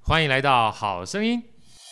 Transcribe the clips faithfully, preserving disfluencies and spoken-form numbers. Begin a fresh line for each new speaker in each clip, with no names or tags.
欢迎来到好声音。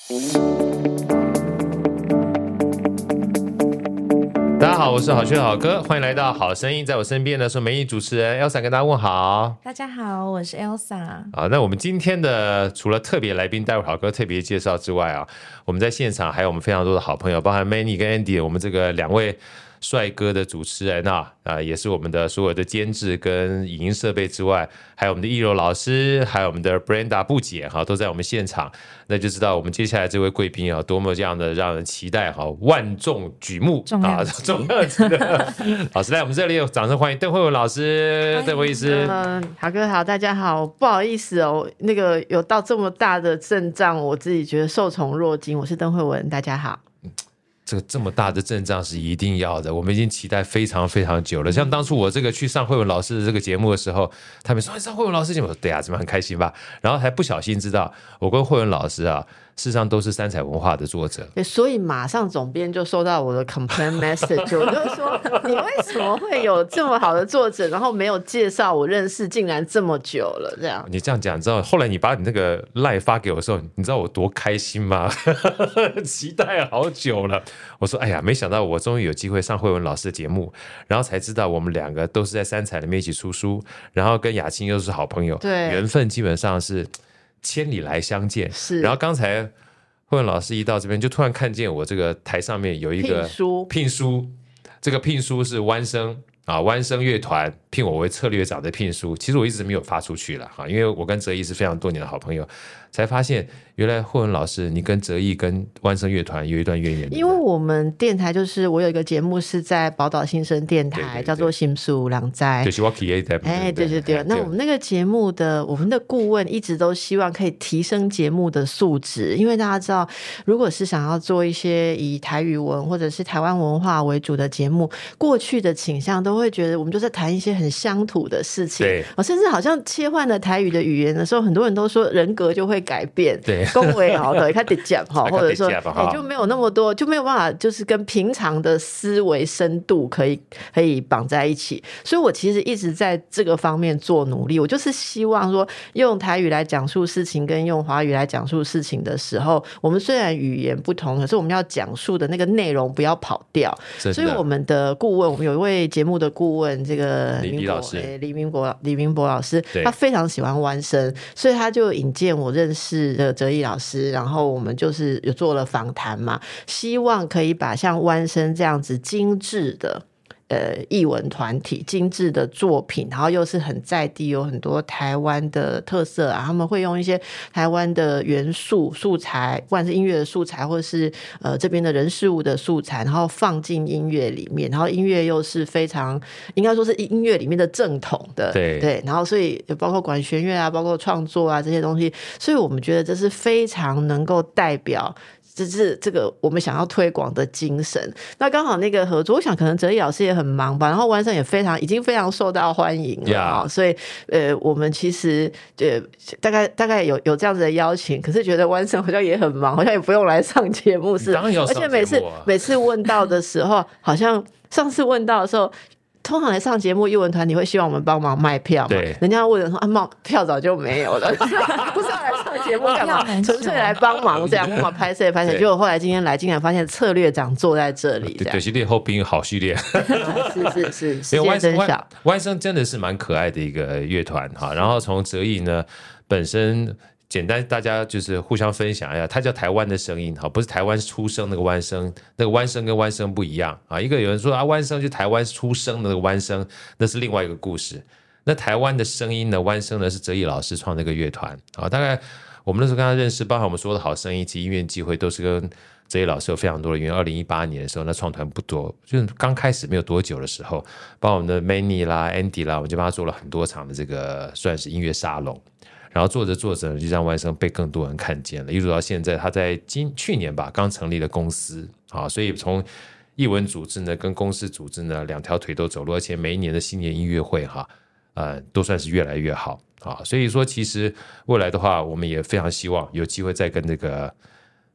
大家好，我是好学好哥，欢迎来到好声音。在我身边的是美女主持人 Elsa， 跟大家问好。
大家好，我是 Elsa。
好，那我们今天的除了特别来宾待会好哥特别介绍之外啊，我们在现场还有我们非常多的好朋友，包含 Manny 跟 Andy， 我们这个两位帅哥的主持人啊，啊，也是我们的所有的监制跟影音设备之外，还有我们的易柔老师，还有我们的 Brenda 布姐哈，都在我们现场，那就知道我们接下来这位贵宾啊，多么这样的让人期待哈，万众举目啊，重要级的老师来我们这里，掌声欢迎邓惠文老师，邓惠医师。
嗯、呃，好哥好，大家好，不好意思哦，那个有到这么大的阵仗，我自己觉得受宠若惊。我是邓惠文，大家好。
这个这么大的阵仗是一定要的，我们已经期待非常非常久了。像当初我这个去上惠文老师的这个节目的时候，他们说、哎、上惠文老师节目，我说对啊，怎么很开心吧？然后还不小心知道，我跟惠文老师啊，事实上都是三彩文化的作者，
所以马上总编就收到我的 complaint message， 我就说你为什么会有这么好的作者，然后没有介绍我认识，竟然这么久了这样。
你这样讲，你知道后来你把你那个 line 发给我的时候，你知道我多开心吗？期待好久了。我说哎呀，没想到我终于有机会上惠文老师的节目，然后才知道我们两个都是在三彩里面一起出书，然后跟雅青又是好朋友，
对，
缘分基本上是千里来相见。
是，
然后刚才惠文老师一到这边，就突然看见我这个台上面有一个
聘书，
聘书，这个聘书是湾声啊，湾声乐团聘我为策略长的聘书。其实我一直没有发出去了哈，因为我跟哲毅是非常多年的好朋友，才发现原来惠文老师你跟哲毅跟湾声乐团有一段渊源。
因为我们电台就是我有一个节目是在宝岛新生电台，对对对，叫做心术郎灾，
就是我 create 的。
哎，对对 对, 对，那我们那个节目的我们的顾问一直都希望可以提升节目的素质，因为大家知道，如果是想要做一些以台语文或者是台湾文化为主的节目，过去的倾向都会觉得我们就在谈一些很乡土的事情，
对，
甚至好像切换了台语的语言的时候，很多人都说人格就会改变，
对，
恭维好的，看得讲哈，或者说哎就没有那么多，就没有办法，就是跟平常的思维深度可以可以绑在一起。所以我其实一直在这个方面做努力，我就是希望说，用台语来讲述事情跟用华语来讲述事情的时候，我们虽然语言不同，可是我们要讲述的那个内容不要跑掉。所以我们的顾问，我们有一位节目的顾问，这个
李老师，
欸、李明博李明博老师，他非常喜欢湾声，所以他就引荐我认识的哲毅老师，然后我们就是有做了访谈嘛，希望可以把像湾声这样子精致的呃，艺文团体精致的作品，然后又是很在地，有很多台湾的特色啊，他们会用一些台湾的元素素材，不管是音乐的素材或是呃这边的人事物的素材，然后放进音乐里面，然后音乐又是非常应该说是音乐里面的正统的，
对
对，然后所以包括管弦乐啊，包括创作啊这些东西，所以我们觉得这是非常能够代表这是这个我们想要推广的精神。那刚好那个合作，我想可能哲毅老师也很忙吧，然后湾声也非常已经非常受到欢迎了、
yeah.
所以呃，我们其实呃大概大概有有这样子的邀请，可是觉得湾声好像也很忙，好像也不用来上节目是，
当然要上节目、啊、
而且每次每次问到的时候，好像上次问到的时候。通常来上节目艺文团，你会希望我们帮忙卖票嘛？
对，
人家问人说啊，票早就没有了，不是要来上节目干嘛？纯粹来帮忙这样，帮忙拍摄拍摄。结果后来今天来，竟然发现策略长坐在这里，
对，系列后兵好序列，
是是是，世界真小。
湾声真的是蛮可爱的一个乐团哈，然后从哲毅呢本身。简单，大家就是互相分享一下，它叫台湾的声音，不是台湾出生那个湾声，那个湾声跟湾声不一样啊。一个有人说啊，湾声就台湾出生的那个湾声，那是另外一个故事。那台湾的声音呢，湾声呢是哲毅老师创的一个乐团啊。大概我们那时候跟他认识，包含我们说的好声音及音乐机会，都是跟哲毅老师有非常多的缘。二零一八年的时候，那创团不多，就是刚开始没有多久的时候，包括我们的 Manny 啦、Andy 啦，我们就帮他做了很多场的这个算是音乐沙龙。然后做着做着就让湾声被更多人看见了，一直到现在，他在今去年吧刚成立了公司啊，所以从艺文组织呢跟公司组织呢两条腿都走路，而且每一年的新年音乐会哈，呃，都算是越来越好啊。所以说，其实未来的话，我们也非常希望有机会再跟这个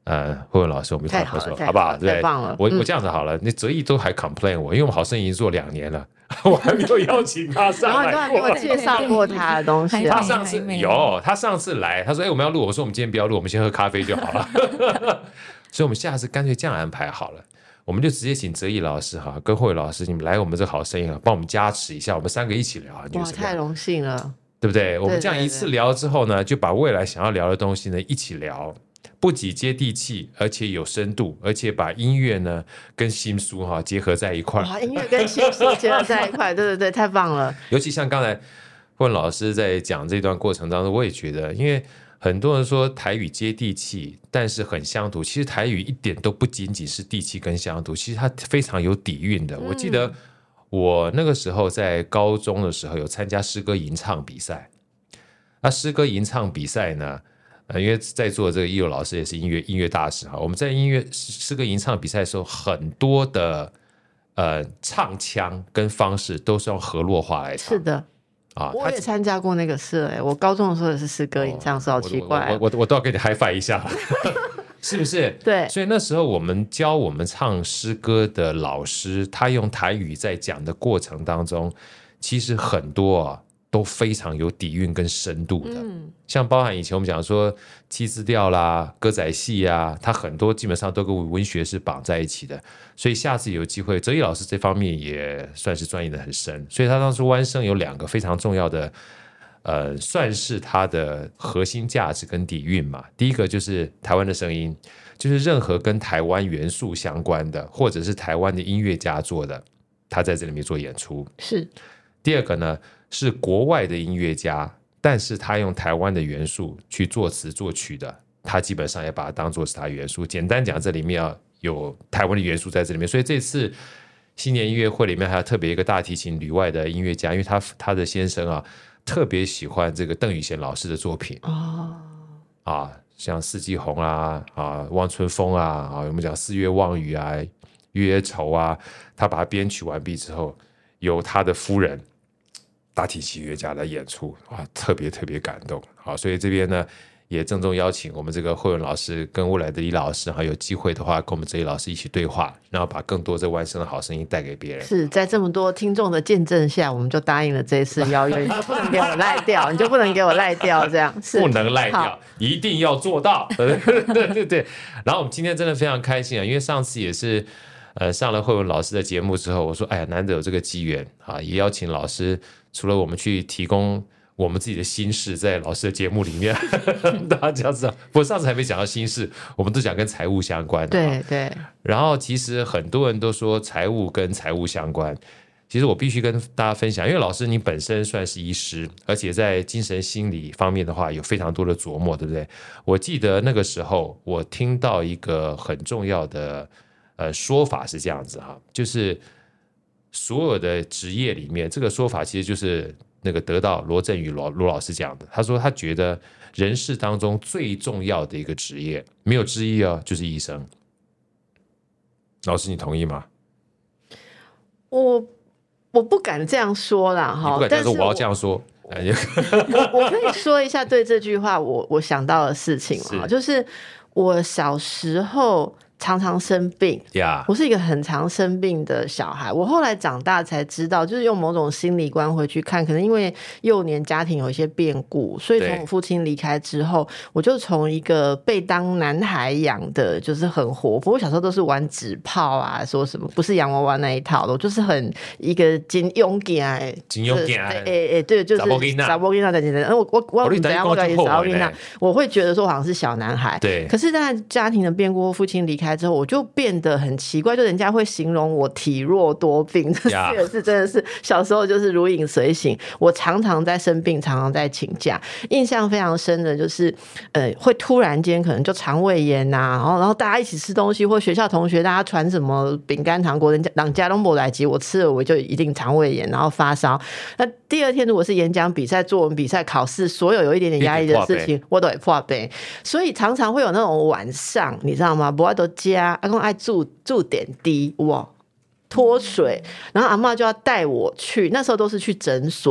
呃，慧文老师，我们一块合作，
好
好不好？
太棒了！
我、嗯、我这样子好了，你哲毅都还 complain 我，因为我们好声音已经做两年了，我还没有邀请他上来过。
然后你都给我介绍过他的东西、啊，
他上次有，他上次来，他说：“哎、欸，我们要录。”我说：“我们今天不要录，我们先喝咖啡就好了。”所以，我们下次干脆这样安排好了，我们就直接请哲毅老师哈，跟慧文老师，你们来我们这好声音啊，帮我们加持一下，我们三个一起聊。
哇，太荣幸了，
对不对？我们这样一次聊之后呢，就把未来想要聊的东西呢一起聊。不仅接地气，而且有深度，而且把音乐呢跟新书哈结合在一块。
哇，音乐跟新书结合在一块，对对对，太棒了！
尤其像刚才慧文老师在讲这段过程当中，我也觉得，因为很多人说台语接地气，但是很乡土。其实台语一点都不仅仅是地气跟乡土，其实它非常有底蕴的。我记得我那个时候在高中的时候有参加诗歌吟唱比赛，那诗歌吟唱比赛呢？呃，因为在座的这个一友老师也是音乐音乐大师哈，我们在音乐诗歌吟唱比赛的时候，很多的呃唱腔跟方式都是用河洛话来唱。
是的，啊，我也参加过那个社，哎，我高中的时候也是诗歌吟唱，是好奇怪、啊
我我我我都要给你 high five 一下，是不是？
对，
所以那时候我们教我们唱诗歌的老师，他用台语在讲的过程当中，其实很多啊。都非常有底蕴跟深度的、嗯、像包含以前我们讲说七字调啦歌仔戏啊，它很多基本上都跟文学是绑在一起的，所以下次有机会哲毅老师这方面也算是钻研的很深，所以他当初湾声有两个非常重要的呃，算是它的核心价值跟底蕴嘛。第一个就是台湾的声音，就是任何跟台湾元素相关的或者是台湾的音乐家做的，他在这里面做演出。
是。
第二个呢是国外的音乐家，但是他用台湾的元素去作词作曲的，他基本上也把它当作是他元素。简单讲，这里面要有台湾的元素在这里面，所以这次新年音乐会里面还有特别一个大提琴旅外的音乐家，因为他他的先生啊特别喜欢这个邓雨贤老师的作品哦，啊，像四季红啊啊望春风啊啊，我们讲四月望雨啊月夜愁啊，他把它编曲完毕之后，由他的夫人大提琴乐家来演出，哇，特别特别感动。好，所以这边呢也郑重邀请我们这个慧文老师跟未来的李老师，有机会的话跟我们哲毅老师一起对话，然后把更多这湾声的好声音带给别人。
是在这么多听众的见证下，我们就答应了这一次邀约，你就不能给我赖掉，你就不能给我赖掉，这样是
不能赖掉，一定要做到。对对对。然后我们今天真的非常开心啊，因为上次也是呃上了慧文老师的节目之后，我说哎呀难得有这个机缘啊，也邀请老师，除了我们去提供我们自己的心事在老师的节目里面大家知道，不过上次还没讲到心事，我们都讲跟财务相关的。
对对。
然后其实很多人都说财务跟财务相关，其实我必须跟大家分享，因为老师你本身算是医师，而且在精神心理方面的话有非常多的琢磨，对不对？我记得那个时候我听到一个很重要的呃说法是这样子哈，就是所有的职业里面，这个说法其实就是那个得到罗振宇罗罗老师讲的。他说他觉得人世当中最重要的一个职业没有之一哦，就是医生。老师你同意吗？
我我不敢这样说啦哈，
你不敢这样说，我要这样说。
我, 我可以说一下对这句话我我想到的事情嘛，就是我小时候常常生病、yeah. 我是一个很常生病的小孩，我后来长大才知道，就是用某种心理观回去看，可能因为幼年家庭有一些变故，所以从我父亲离开之后，我就从一个被当男孩养的，就是很活泼，我小时候都是玩纸炮啊，说什么不是洋娃娃那一套的，我就是很一个金勇敢的
金勇敢
哎哎对，就是查某囡仔的人，我我我怎样我感觉查某囡仔，我会觉得说好像是小男孩，
对，
可是在家庭的变故，父亲离开之后，我就变得很奇怪，就人家会形容我体弱多病，这四个字真的是小时候就是如影随形。我常常在生病，常常在请假。印象非常深的就是，呃，会突然间可能就肠胃炎呐、啊，然后然后大家一起吃东西，或学校同学大家传什么饼干糖果，人家人家都没来及，我吃了我就一定肠胃炎，然后发烧。那第二天如果是演讲比赛、作文比赛、考试，所有有一点点压力的事情，我都会破病。所以常常会有那种晚上，你知道吗？不爱都加。阿公爱注注点滴哇脱水，然后阿嬷就要带我去，那时候都是去诊所。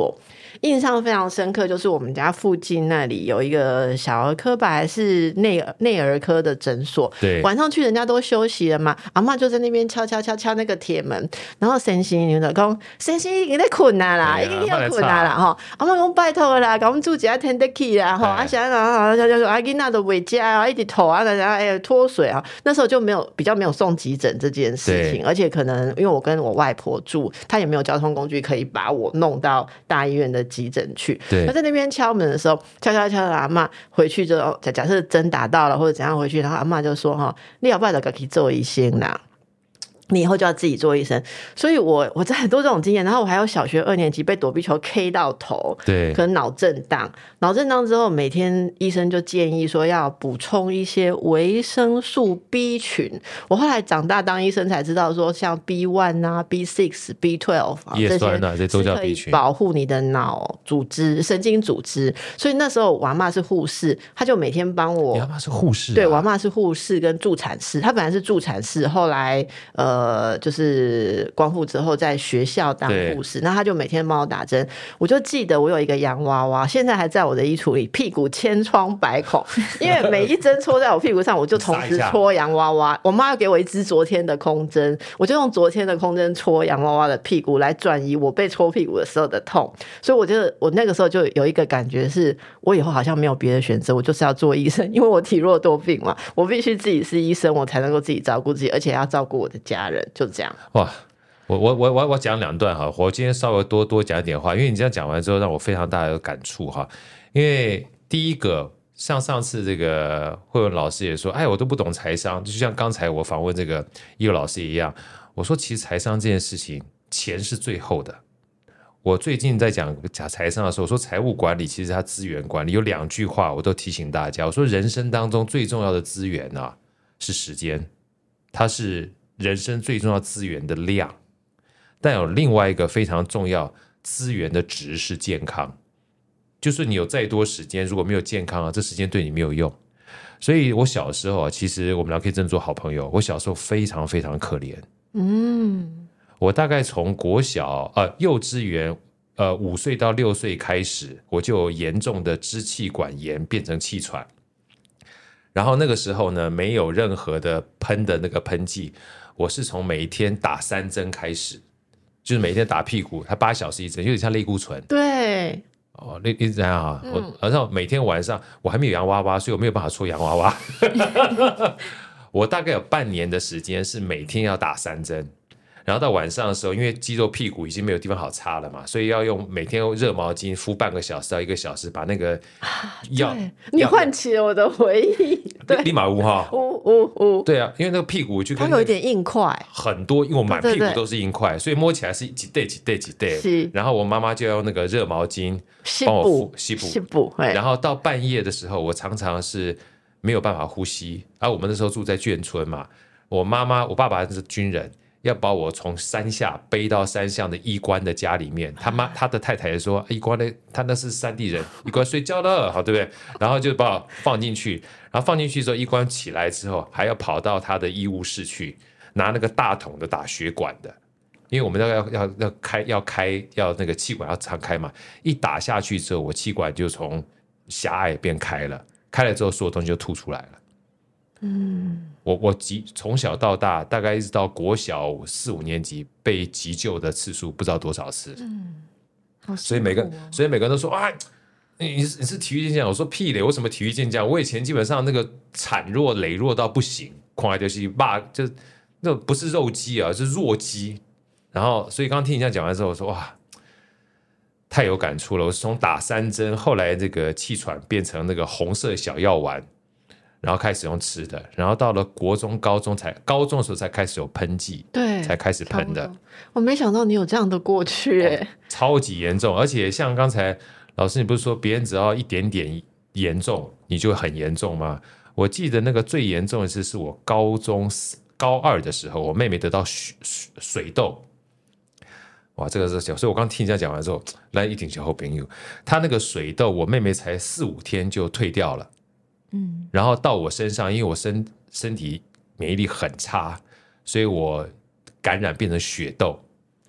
印象非常深刻，就是我们家附近那里有一个小儿科吧，还是内内儿科的诊所。
对，
晚上去人家都休息了嘛，阿嬷就在那边敲敲敲敲那个铁门，然后先生你就讲，先生已经在困啊啦，已经要困啊啦吼。阿嬷讲拜托啦，给我们住一下天得起啦吼。啊，想想啊，就说阿囡仔都未家啊，一直吐啊，然后哎脱水啊，那时候就没有比较没有送急诊这件事情，而且可能因为我跟我外婆住，她也没有交通工具可以把我弄到大医院的急诊去。那在那边敲门的时候，敲敲敲，阿嬷回去之后，假设针打到了或者怎样回去，然后阿嬷就说哈，你要不要自己做医生啦？你以后就要自己做医生，所以我我在很多这种经验，然后我还有小学二年级被躲避球 K 到头，
对，
可能脑震荡，脑震荡之后，每天医生就建议说要补充一些维生素 B 群。我后来长大当医生才知道说，像 B 一 啊、B 六、B 十二、啊、
叶酸啊，这都叫 B 群，
保护你的脑组织、神经组织。所以那时候我阿嬷是护士，她就每天帮我。
你阿嬷是护士、啊？
对，我阿嬷是护士跟助产士，她本来是助产士，后来呃。呃，就是光复之后在学校当护士，那他就每天帮我打针。我就记得我有一个洋娃娃，现在还在我的衣橱里，屁股千疮百孔，因为每一针戳在我屁股上，我就同时戳洋娃娃。我妈要给我一支昨天的空针，我就用昨天的空针戳洋娃娃的屁股，来转移我被戳屁股的时候的痛。所以我就我那个时候就有一个感觉是，我以后好像没有别的选择，我就是要做医生，因为我体弱多病嘛，我必须自己是医生，我才能够自己照顾自己，而且要照顾我的家人。就这样
哇！我我我我我讲两段哈，我今天稍微多多讲一点话，因为你这样讲完之后，让我非常大的感触哈。因为第一个，像上次这个慧文老师也说，哎，我都不懂财商，就像刚才我访问这个一个老师一样，我说其实财商这件事情，钱是最后的。我最近在讲讲财商的时候，我说财务管理其实它资源管理有两句话，我都提醒大家，我说人生当中最重要的资源啊是时间，它是人生最重要资源的量，但有另外一个非常重要资源的值是健康。就是你有再多时间，如果没有健康啊，这时间对你没有用。所以我小时候啊，其实我们俩可以真做好朋友。我小时候非常非常可怜，嗯，我大概从国小呃幼稚园呃五岁到六岁开始，我就有严重的支气管炎，变成气喘。然后那个时候呢，没有任何的喷的那个喷剂。我是从每一天打三针开始，就是每天打屁股，它八小时一针，有点像类固醇。
对，
哦，类一直这样啊。我然后每天晚上我还没有洋娃娃，所以我没有办法戳洋娃娃。我大概有半年的时间是每天要打三针，然后到晚上的时候，因为肌肉屁股已经没有地方好擦了嘛，所以要用每天用热毛巾敷半个小时到一个小时，把那个药。
你唤起了我的回忆，对，
立马无哈，
呜呜呜，
对啊，因为那个屁股就跟、那個、
它有一点硬块，
很多，因为我满屁股都是硬块，所以摸起来是几对几对几对。然后我妈妈就要用那个热毛巾帮我敷吸补，
吸补。
然后到半夜的时候，我常常是没有办法呼吸。然后我们那时候住在眷村嘛，我妈妈、我爸爸是军人。要把我从山下背到山上的医官的家里面，他妈他的太太说，医官的他那是山地人，医官睡觉了，好对不对？然后就把我放进去，然后放进去之后，医官起来之后还要跑到他的医务室去拿那个大桶的打血管的，因为我们要要要要开要开要那个气管要常开嘛，一打下去之后，我气管就从狭隘变开了，开了之后所有东西就吐出来了。嗯，我我急从小到大，大概一直到国小四五年级，被急救的次数不知道多少次。嗯，
好辛苦哦。
所以每个所以每个人都说啊，你你是你是体育健将，我说屁嘞，我什么体育健将？我以前基本上那个孱弱羸弱到不行，狂来就是骂，就那不是肉鸡啊，是弱鸡。然后，所以刚刚听你这样讲完之后，我说哇，太有感触了。我是从打三针，后来这个气喘变成那个红色小药丸。然后开始用吃的，然后到了国中、高中才高中的时候才开始有喷剂，
对，
才开始喷的。
我没想到你有这样的过去，哎、哦，
超级严重，而且像刚才老师你不是说别人只要一点点严重，你就很严重吗？我记得那个最严重的是是我高中高二的时候，我妹妹得到水痘。哇，这个是小，所以我刚听人家讲完之后，来一顶小后朋友，她那个水痘，我妹妹才四五天就退掉了。嗯，然后到我身上，因为我身身体免疫力很差，所以我感染变成血痘，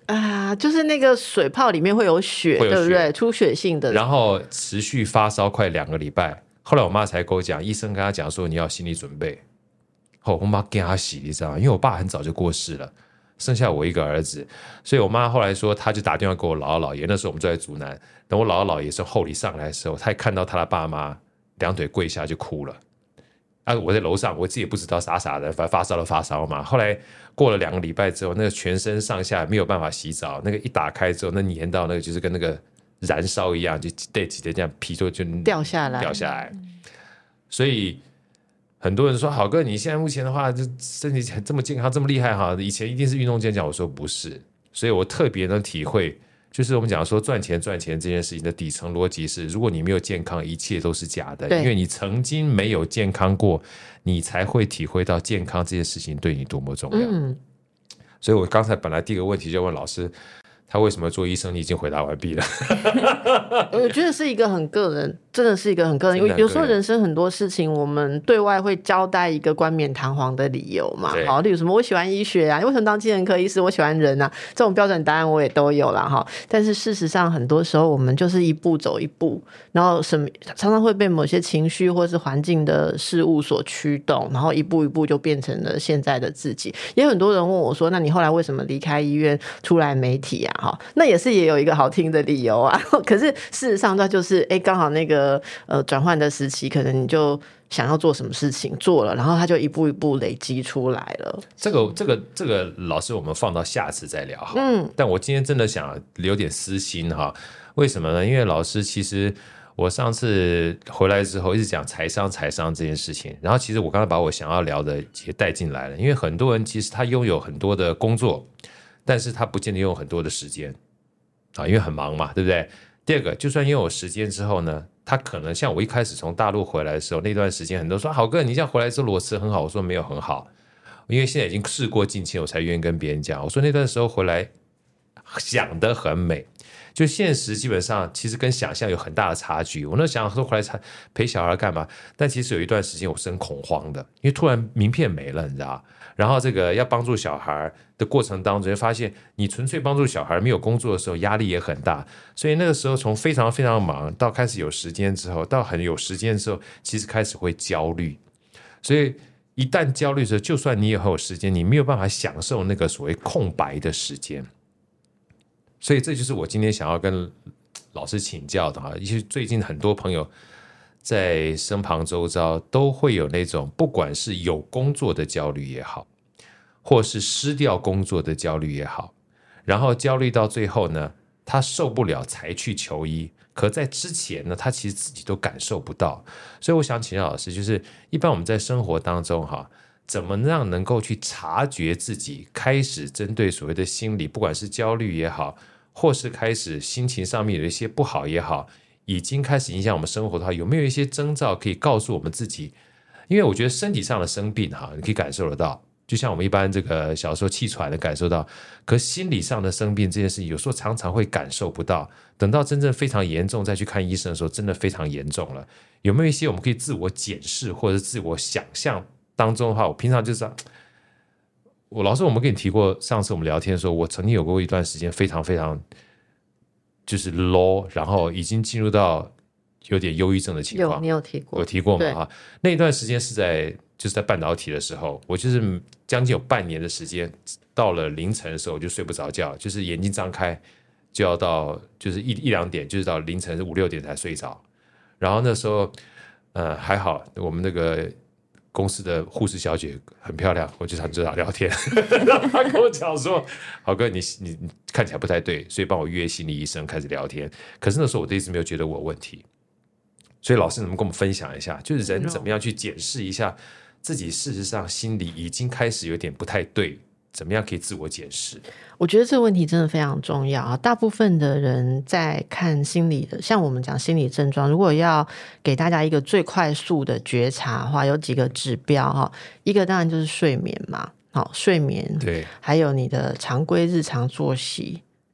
啊，就是那个水泡里面会有血，
会有血
对不对？出血性的，
然后持续发烧快两个礼拜。后来我妈才跟我讲，医生跟她讲说你要心理准备。后我妈跟她洗，你知道吗？因为我爸很早就过世了，剩下我一个儿子，所以我妈后来说，她就打电话给我姥姥姥爷。那时候我们住在竹南，等我姥姥姥爷从后里上来的时候，她一看到她的爸妈两腿跪下就哭了。啊，我在楼上，我自己也不知道，傻傻的，反正发烧了发烧嘛。后来过了两个礼拜之后，那个全身上下没有办法洗澡，那个一打开之后，那粘到那个就是跟那个燃烧一样，就对直接这样皮就就
掉下来，
掉下来。所以很多人说，好哥，你现在目前的话，就身体这么健康，这么厉害哈，以前一定是运动健将。我说不是，所以我特别能体会。就是我们讲说赚钱赚钱这件事情的底层逻辑是，如果你没有健康，一切都是假的。因为你曾经没有健康过，你才会体会到健康这件事情对你多么重要。嗯，所以我刚才本来第一个问题就问老师，他为什么做医生？你已经回答完毕了。
我觉得是一个很个人，真的是一个很个人，因为有时候人生很多事情，我们对外会交代一个冠冕堂皇的理由嘛。好，例如什么我喜欢医学啊，为什么当精神科医师？我喜欢人啊，这种标准答案我也都有啦哈。但是事实上，很多时候我们就是一步走一步，然后什么常常会被某些情绪或是环境的事物所驱动，然后一步一步就变成了现在的自己。也有很多人问我说：“那你后来为什么离开医院出来媒体啊？”哈，那也是也有一个好听的理由啊。可是事实上，那就是哎，刚好那个呃转换的时期，可能你就想要做什么事情做了，然后它就一步一步累积出来了。
这个这个这个，老师我们放到下次再聊哈。嗯，但我今天真的想留点私心哈。为什么呢？因为老师其实我上次回来之后一直讲财商财商这件事情，然后其实我刚才把我想要聊的也带进来了。因为很多人其实他拥有很多的工作，但是他不见得拥有很多的时间啊，因为很忙嘛，对不对？第二个，就算拥有时间之后呢，他可能像我一开始从大陆回来的时候，那段时间很多人说好哥，你这样回来之后裸辞很好，我说没有很好，因为现在已经事过境迁，我才愿意跟别人讲。我说那段时候回来想得很美，就现实基本上其实跟想象有很大的差距。我那想说回来陪小孩干嘛，但其实有一段时间我是很恐慌的，因为突然名片没了，你知道。然后这个要帮助小孩的过程当中，就发现你纯粹帮助小孩没有工作的时候，压力也很大。所以那个时候从非常非常忙到开始有时间之后，到很有时间之后，其实开始会焦虑。所以一旦焦虑的时候，就算你也很有时间，你没有办法享受那个所谓空白的时间。所以这就是我今天想要跟老师请教的哈。因为最近很多朋友在身旁周遭都会有那种，不管是有工作的焦虑也好，或是失掉工作的焦虑也好，然后焦虑到最后呢，他受不了才去求医，可在之前呢，他其实自己都感受不到。所以我想请教老师，就是一般我们在生活当中哈，怎么样能够去察觉自己开始针对所谓的心理，不管是焦虑也好，或是开始心情上面有一些不好也好，已经开始影响我们生活的话，有没有一些征兆可以告诉我们自己？因为我觉得身体上的生病哈，你可以感受得到，就像我们一般这个小时候气喘的感受到，可心理上的生病这件事情，有时候常常会感受不到，等到真正非常严重再去看医生的时候，真的非常严重了。有没有一些我们可以自我检视或者自我想象当中的话，我平常就是我老师我们跟你提过，上次我们聊天的时候，我曾经有过一段时间非常非常就是 low， 然后已经进入到有点忧郁症的情况。
有，你有提过？
有提过嘛？哈，那一段时间是在就是在半导体的时候，我就是将近有半年的时间，到了凌晨的时候我就睡不着觉，就是眼睛张开就要到就是一一两点，就是到凌晨五六点才睡着。然后那时候呃还好，我们那个公司的护士小姐很漂亮，我就想找她聊天，然后她跟我讲说：“好哥，你你你看起来不太对，所以帮我约心理医生开始聊天。”可是那时候我一直没有觉得我有问题，所以老师能不能跟我们分享一下，就是人怎么样去检视一下自己事实上心理已经开始有点不太对，怎么样可以自我检视？
我觉得这个问题真的非常重要啊！大部分的人在看心理的，像我们讲心理症状，如果要给大家一个最快速的觉察的话，有几个指标哈。一个当然就是睡眠嘛，好，睡眠，
对，
还有你的常规日常作息，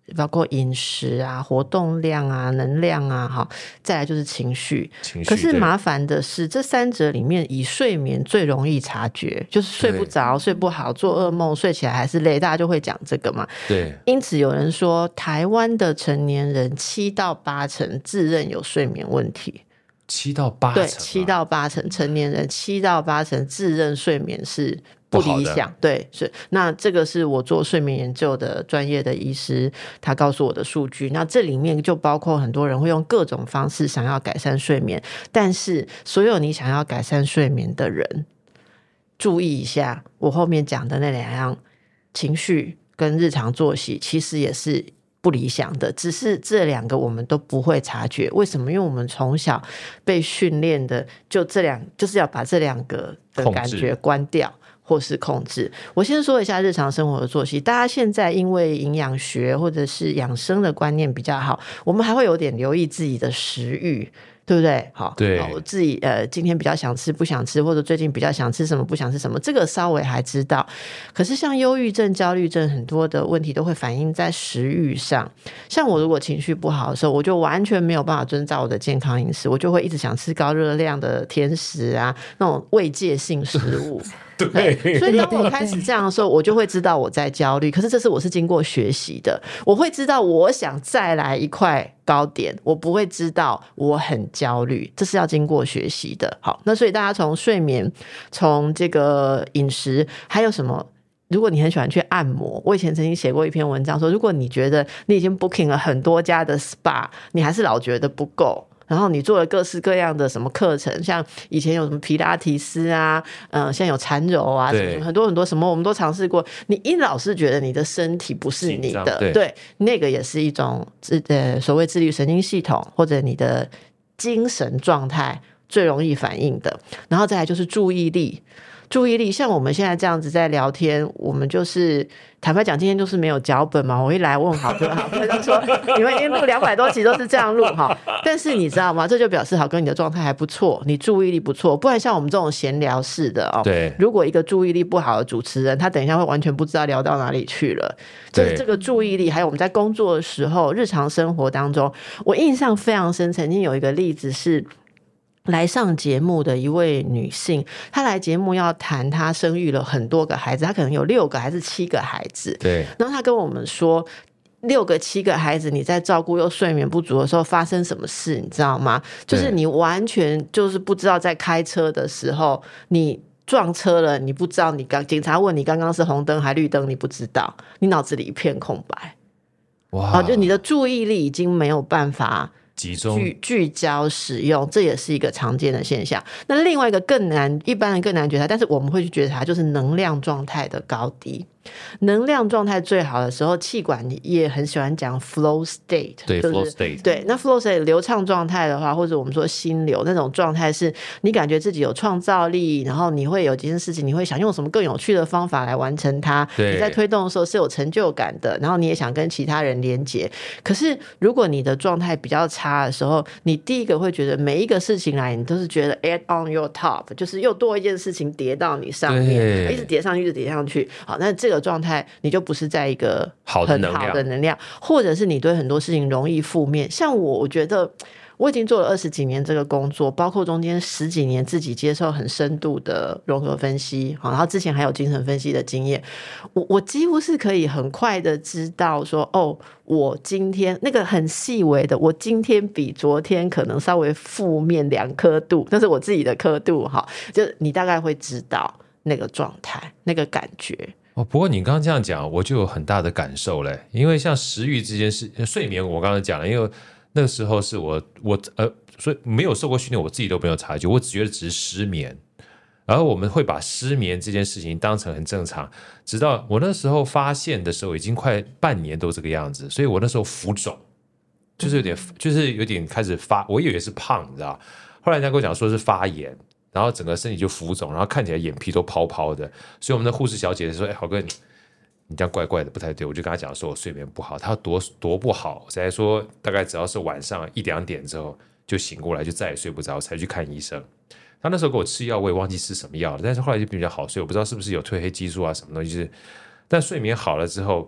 包括饮食啊、活动量啊、能量啊，哈，再来就是情绪。
情绪
可是麻烦的是，这三者里面，以睡眠最容易察觉，就是睡不着、睡不好、做噩梦、睡起来还是累，大家就会讲这个嘛。
对，
因此有人说，台湾的成年人七到八成自认有睡眠问题。
七到八成、啊，
对，七到八成成年人，七到八成自认睡眠是不理想。对，是那这个是我做睡眠研究的专业的医师，他告诉我的数据。那这里面就包括很多人会用各种方式想要改善睡眠，但是所有你想要改善睡眠的人，注意一下我后面讲的那两样，情绪跟日常作息，其实也是不理想的，只是这两个我们都不会察觉。为什么？因为我们从小被训练的就这两，就是要把这两个的感觉关掉或是控制。我先说一下日常生活的作息，大家现在因为营养学或者是养生的观念比较好，我们还会有点留意自己的食欲，对不对？好，
对，
我自己呃今天比较想吃不想吃，或者最近比较想吃什么不想吃什么，这个稍微还知道。可是像忧郁症、焦虑症，很多的问题都会反映在食欲上。像我如果情绪不好的时候，我就完全没有办法遵照我的健康饮食，我就会一直想吃高热量的甜食啊，那种慰藉性食物。
对，
所以当我开始这样的时候，我就会知道我在焦虑。可是这是我是经过学习的，我会知道我想再来一块高点，我不会知道我很焦虑，这是要经过学习的。好，那所以大家从睡眠，从这个饮食，还有什么？如果你很喜欢去按摩，我以前曾经写过一篇文章说，如果你觉得你已经 booking 了很多家的 S P A， 你还是老觉得不够，然后你做了各式各样的什么课程，像以前有什么皮拉提斯啊，呃，现在有缠柔啊，什么很多很多什么我们都尝试过，你一老是觉得你的身体不是你的，对，对，那个也是一种呃所谓自律神经系统或者你的精神状态最容易反应的。然后再来就是注意力。注意力，像我们现在这样子在聊天，我们就是坦白讲，今天就是没有脚本嘛。我一来问好哥，好哥就说你们已经录两百多集都是这样录哈。但是你知道吗？这就表示好哥你的状态还不错，你注意力不错。不然像我们这种闲聊式的哦，
对，
如果一个注意力不好的主持人，他等一下会完全不知道聊到哪里去了。就是这个注意力，还有我们在工作的时候、日常生活当中，我印象非常深。曾经有一个例子是，来上节目的一位女性，她来节目要谈她生育了很多个孩子，她可能有六个还是七个孩子。
对，
然后她跟我们说，六个七个孩子你在照顾又睡眠不足的时候发生什么事，你知道吗？就是你完全就是不知道在开车的时候你撞车了，你不知道，你刚警察问你刚刚是红灯还绿灯，你不知道，你脑子里一片空白。哇！就你的注意力已经没有办法
集中 聚,
聚焦使用，这也是一个常见的现象。那另外一个更难，一般人更难觉察，但是我们会去觉察，就是能量状态的高低。能量状态最好的时候，气管也很喜欢讲 flow state，
对、
就是、
flow state，
对，那 flow state 流畅状态的话，或者我们说心流那种状态，是你感觉自己有创造力，然后你会有几件事情，你会想用什么更有趣的方法来完成它。你在推动的时候是有成就感的，然后你也想跟其他人连结。可是如果你的状态比较差的时候，你第一个会觉得每一个事情来，你都是觉得 add on your top， 就是又多一件事情叠到你上面，一直叠上去，一直叠上去。好，那这个状态你就不是在一个很好的能量，或者是你对很多事情容易负面。像我，我觉得我已经做了二十几年这个工作，包括中间十几年自己接受很深度的融合分析，然后之前还有精神分析的经验，我我几乎是可以很快的知道说，哦，我今天那个很细微的，我今天比昨天可能稍微负面两刻度，那是我自己的刻度哈，就你大概会知道那个状态、那个感觉。
哦，不过你刚刚这样讲，我就有很大的感受嘞。因为像食欲这件事，睡眠我刚刚讲了，因为那个时候是我我呃，所以没有受过训练，我自己都没有察觉，我只觉得只是失眠。然后我们会把失眠这件事情当成很正常，直到我那时候发现的时候，已经快半年都这个样子，所以我那时候浮肿，就是有点就是有点开始发，我以为是胖，你知道，后来人家跟我讲说是发炎。然后整个身体就浮肿，然后看起来眼皮都泡泡的，所以我们的护士小姐说：“哎，豪哥，你你这样怪怪的，不太对。”我就跟她讲说，我睡眠不好，她多多不好，我才说大概只要是晚上一两点之后就醒过来，就再也睡不着，才去看医生。她那时候给我吃药，我也忘记吃什么药了，但是后来就比较好睡，我不知道是不是有褪黑激素啊什么东西，就是，但睡眠好了之后，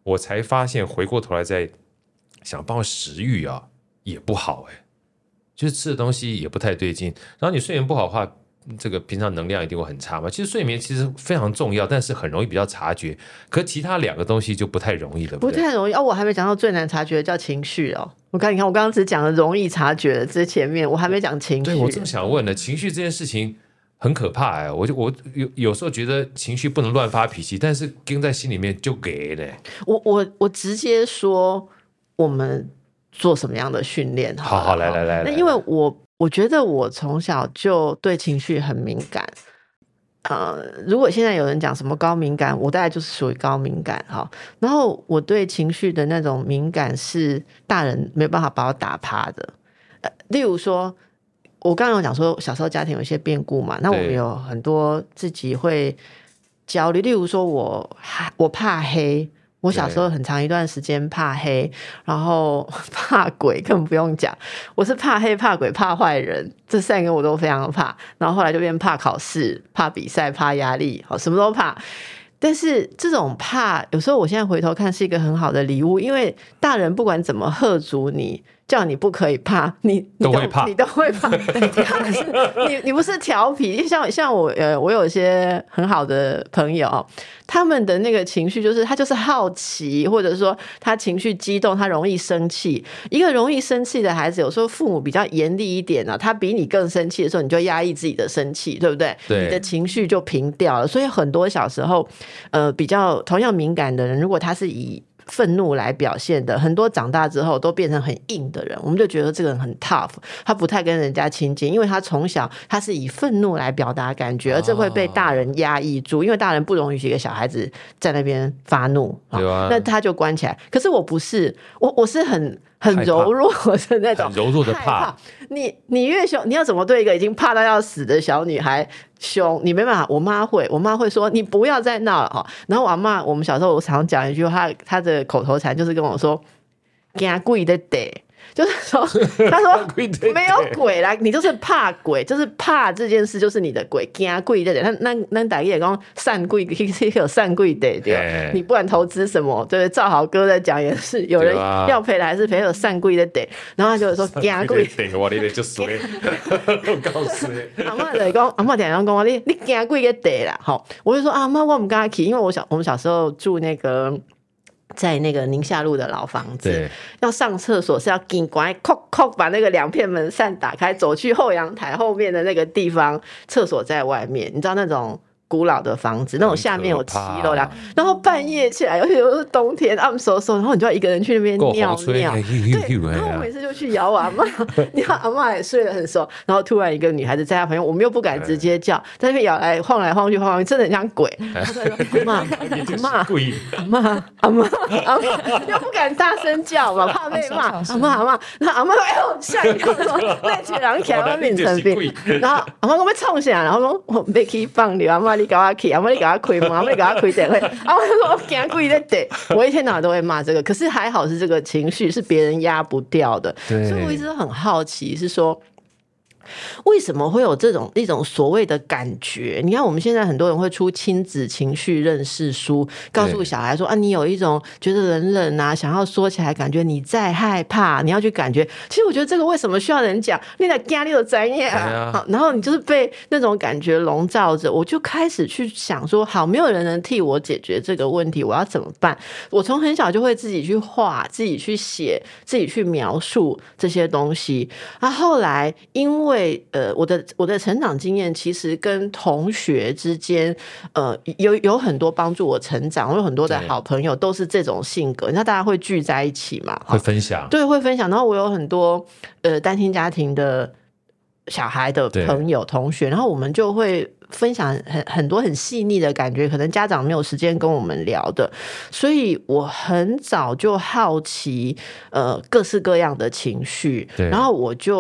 我才发现回过头来再想，包括食欲啊也不好哎、欸，就是吃的东西也不太对劲。然后你睡眠不好的话，这个平常能量一定会很差嘛。其实睡眠其实非常重要，但是很容易比较察觉。可其他两个东西就不太容易了，
不太容易哦。我还没讲到最难察觉的叫情绪哦。我看你看，我刚刚只讲了容易察觉的这前面，我还没讲情绪。
对，我正想问呢，情绪这件事情很可怕哎、欸。我就我有有时候觉得情绪不能乱发脾气，但是跟在心里面就给嘞。
我我我直接说，我们做什么样的训练？
好好来来来，
那因为我。我觉得我从小就对情绪很敏感，呃，如果现在有人讲什么高敏感，我大概就是属于高敏感哈。然后我对情绪的那种敏感是大人没有办法把我打趴的。呃，例如说，我刚刚有讲说小时候家庭有一些变故嘛，那我们有很多自己会焦虑，例如说我我怕黑。我小时候很长一段时间怕黑，然后怕鬼更不用讲，我是怕黑、怕鬼、怕坏人，这三个我都非常怕。然后后来就变怕考试、怕比赛、怕压力，好，什么都怕。但是这种怕，有时候我现在回头看是一个很好的礼物，因为大人不管怎么喝阻你，叫你不可以怕，你你
都, 都会怕，
你都会怕。你你不是调皮，像像我呃，我有一些很好的朋友，他们的那个情绪就是他就是好奇，或者说他情绪激动，他容易生气。一个容易生气的孩子，有时候父母比较严厉一点啊，他比你更生气的时候，你就压抑自己的生气，对不对？
对，
你的情绪就平掉了。所以很多小时候，呃，比较同样敏感的人，如果他是以愤怒来表现的，很多长大之后都变成很硬的人，我们就觉得这个人很 tough， 他不太跟人家亲近，因为他从小他是以愤怒来表达感觉，而这会被大人压抑住，因为大人不容许一个小孩子在那边发怒，
对啊，
那他就关起来。可是我不是，我我是很很柔弱的那种，
很柔弱的怕。
怕你你越凶，你要怎么对一个已经怕到要死的小女孩凶？你没办法。我妈会，我妈会说你不要再闹了哈。然后我阿嬷，我们小时候我常讲一句话，她的口头禅就是跟我说“惊鬼的得”。就是说，他说没有鬼啦，你就是怕鬼，就是怕这件事就是你的鬼，惊鬼的。那那那大家也讲善鬼，有善鬼的对，你不管投资什么，对，赵豪哥在讲也是，有人要赔的还是赔有善鬼的得，然后他就说惊鬼的，
我你就衰，我告诉你，
阿嬷就讲，阿嬷常常讲我你你惊鬼的得啦，好，我就说阿嬷我唔敢去，因为我小我们小时候住那个。在那个宁夏路的老房子，要上厕所是要紧关，扣扣把那个两片门扇打开，走去后阳台后面的那个地方，厕所在外面，你知道那种。古老的房子，那种下面有七楼啦，然后半夜起来，尤其是冬天暗飕飕，然后你就要一个人去那边尿尿。对，然后我每次就去摇我阿嬷，你看阿嬷也睡得很熟，然后突然一个女孩子在她旁边，我们又不敢直接叫，在那边摇来晃来晃去，晃来晃去，真的很像鬼。她在说阿嬷，阿嬷，阿嬷，阿嬷，阿嬷，又不敢大声叫嘛，怕被骂。阿嬷，阿嬷，那阿嬷哎呦吓一跳，说那群人起来我变成病，然后阿嬷讲要冲啥，然后讲我要去放尿，阿嬷你。给我去，阿妈你给他开门，阿妈你给他开电话，阿妈就说我惊鬼在地，我一天到晚都会骂这个，可是还好是这个情绪是别人压不掉的，所以我一直都很好奇，是说。为什么会有这种一种所谓的感觉？你看我们现在很多人会出亲子情绪认识书，告诉小孩说啊，你有一种觉得冷冷啊，想要说起来感觉你在害怕，你要去感觉。其实我觉得这个为什么需要人讲？你在家里有专业啊，然后你就是被那种感觉笼罩着，我就开始去想说，好，没有人能替我解决这个问题，我要怎么办？我从很小就会自己去画，自己去写，自己去描述这些东西。啊，后来因为呃，我的我的成长经验其实跟同学之间，呃，有有很多帮助我成长。我有很多的好朋友都是这种性格，你知道大家会聚在一起嘛，
会分享，
对，会分享。然后我有很多呃单亲家庭的小孩的朋友同学，然后我们就会分享很很多很细腻的感觉，可能家长没有时间跟我们聊的，所以我很早就好奇呃各式各样的情绪，然后我就。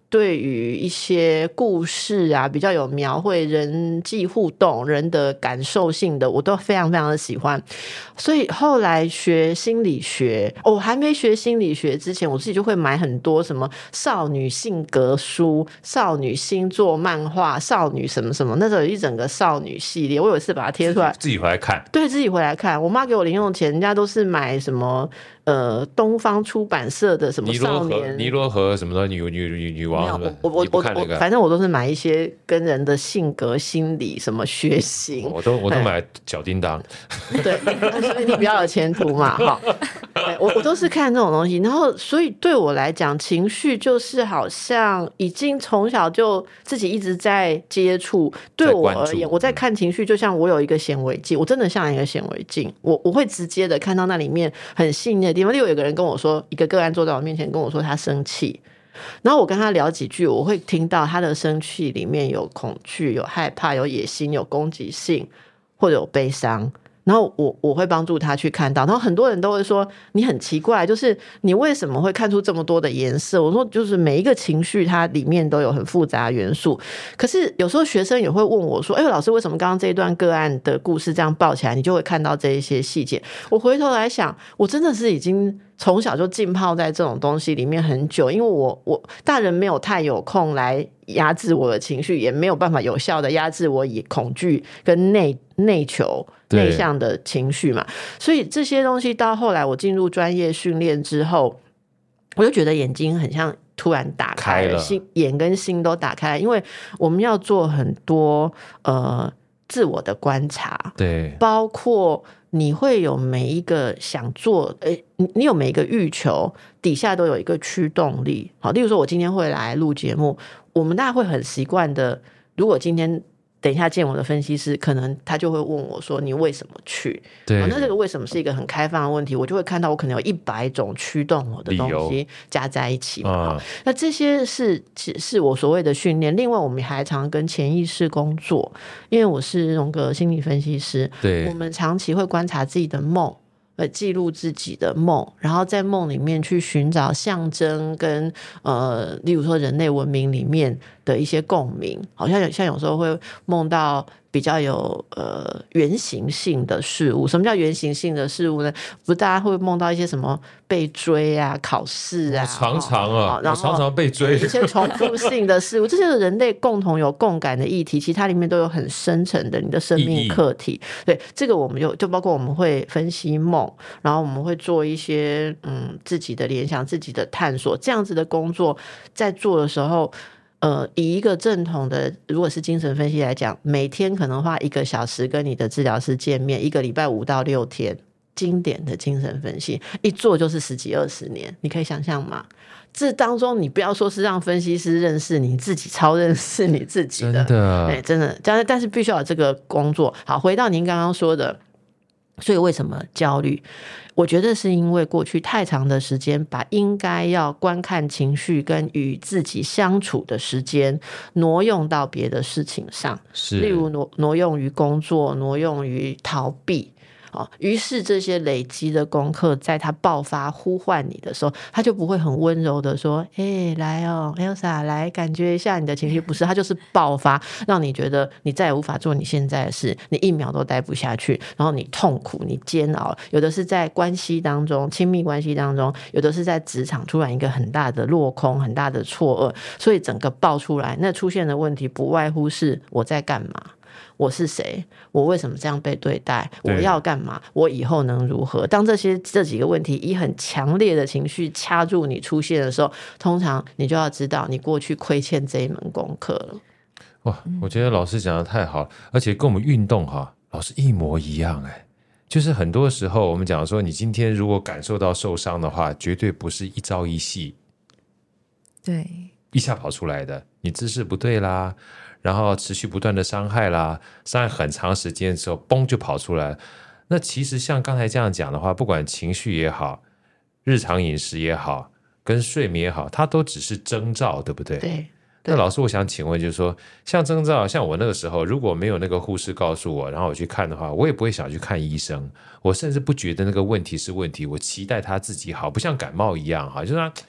对于一些故事啊比较有描绘人际互动人的感受性的，我都非常非常的喜欢。所以后来学心理学，我、哦、还没学心理学之前，我自己就会买很多什么少女性格书、少女星座漫画、少女什么什么，那时候有一整个少女系列，我有一次把它贴出来，
自己回来看，
对，自己回来看。我妈给我零用钱，人家都是买什么呃东方出版社的什么少年
尼罗河什么的女女女女王什么，
我我我我反正我都是买一些跟人的性格、心理什么血型，
我都我都买小叮当，
对，所以你比较有前途嘛，哈。我我都是看这种东西，然后所以对我来讲，情绪就是好像已经从小就自己一直在接触。对我而言，我在看情绪，就像我有一个显微镜，我真的像一个显微镜，我我会直接的看到那里面很细腻的地方。例如有个人跟我说，一个个案坐在我面前跟我说他生气。然后我跟他聊几句，我会听到他的生气里面有恐惧、有害怕、有野心、有攻击性，或者有悲伤。然后我我会帮助他去看到，然后很多人都会说你很奇怪，就是你为什么会看出这么多的颜色？我说就是每一个情绪它里面都有很复杂的元素。可是有时候学生也会问我说，哎，老师为什么刚刚这一段个案的故事这样报起来，你就会看到这一些细节？我回头来想，我真的是已经从小就浸泡在这种东西里面很久，因为我我大人没有太有空来压制我的情绪，也没有办法有效的压制我以恐惧跟内内求内向的情绪嘛，所以这些东西到后来我进入专业训练之后，我就觉得眼睛很像突然打开了，心眼跟心都打开了，因为我们要做很多呃自我的观察，
对，
包括你会有每一个想做，诶，你有每一个欲求底下都有一个驱动力。好，例如说我今天会来录节目，我们大家会很习惯的，如果今天等一下见我的分析师，可能他就会问我说你为什么去？
对，
那这个为什么是一个很开放的问题，我就会看到我可能有一百种驱动我的东西加在一起嘛、啊、那这些是是我所谓的训练。另外我们还常跟潜意识工作，因为我是荣格心理分析师，
对，
我们长期会观察自己的梦，呃，记录自己的梦，然后在梦里面去寻找象征跟呃，例如说人类文明里面的一些共鸣，好像有像有时候会梦到比较有呃原型性的事物。什么叫原型性的事物呢？不是大家会梦到一些什么被追啊、考试啊，
常常啊，然后常常被追，
一些重复性的事物，这些人类共同有共感的议题，其实它里面都有很深层的你的生命课题。对，这个我们就就包括我们会分析梦，然后我们会做一些嗯自己的联想、自己的探索，这样子的工作在做的时候。呃，以一个正统的，如果是精神分析来讲，每天可能花一个小时跟你的治疗师见面，一个礼拜五到六天，经典的精神分析一做就是十几二十年，你可以想象吗？这当中你不要说是让分析师认识你自己，超认识你自己的，
真的，
对，真的，但是但是必须要有这个工作。好，回到您刚刚说的，所以为什么焦虑？我觉得是因为过去太长的时间把应该要观看情绪跟与自己相处的时间挪用到别的事情上，
是，
例如挪挪用于工作，挪用于逃避。哦，于是这些累积的功课在他爆发呼唤你的时候，他就不会很温柔的说哎、欸，来哦 Elsa 来感觉一下你的情绪，不是，他就是爆发，让你觉得你再也无法做你现在的事，你一秒都待不下去，然后你痛苦，你煎熬，有的是在关系当中，亲密关系当中，有的是在职场突然一个很大的落空，很大的错愕，所以整个爆出来，那出现的问题不外乎是我在干嘛，我是谁？我为什么这样被对待？我要干嘛？我以后能如何？当这些这几个问题以很强烈的情绪掐住你出现的时候，通常你就要知道你过去亏欠这一门功课了。
哇，我觉得老师讲的太好，而且跟我们运动哈，老师一模一样哎。就是很多时候我们讲说，你今天如果感受到受伤的话，绝对不是一朝一夕，
对，
一下跑出来的。你姿势不对啦。然后持续不断的伤害啦，伤害很长时间之后，嘣就跑出来。那其实像刚才这样讲的话，不管情绪也好，日常饮食也好，跟睡眠也好，它都只是征兆，对不对？
对。
那老师，我想请问，就是说，像征兆，像我那个时候，如果没有那个护士告诉我，然后我去看的话，我也不会想去看医生，我甚至不觉得那个问题是问题，我期待他自己好，不像感冒一样哈，就是他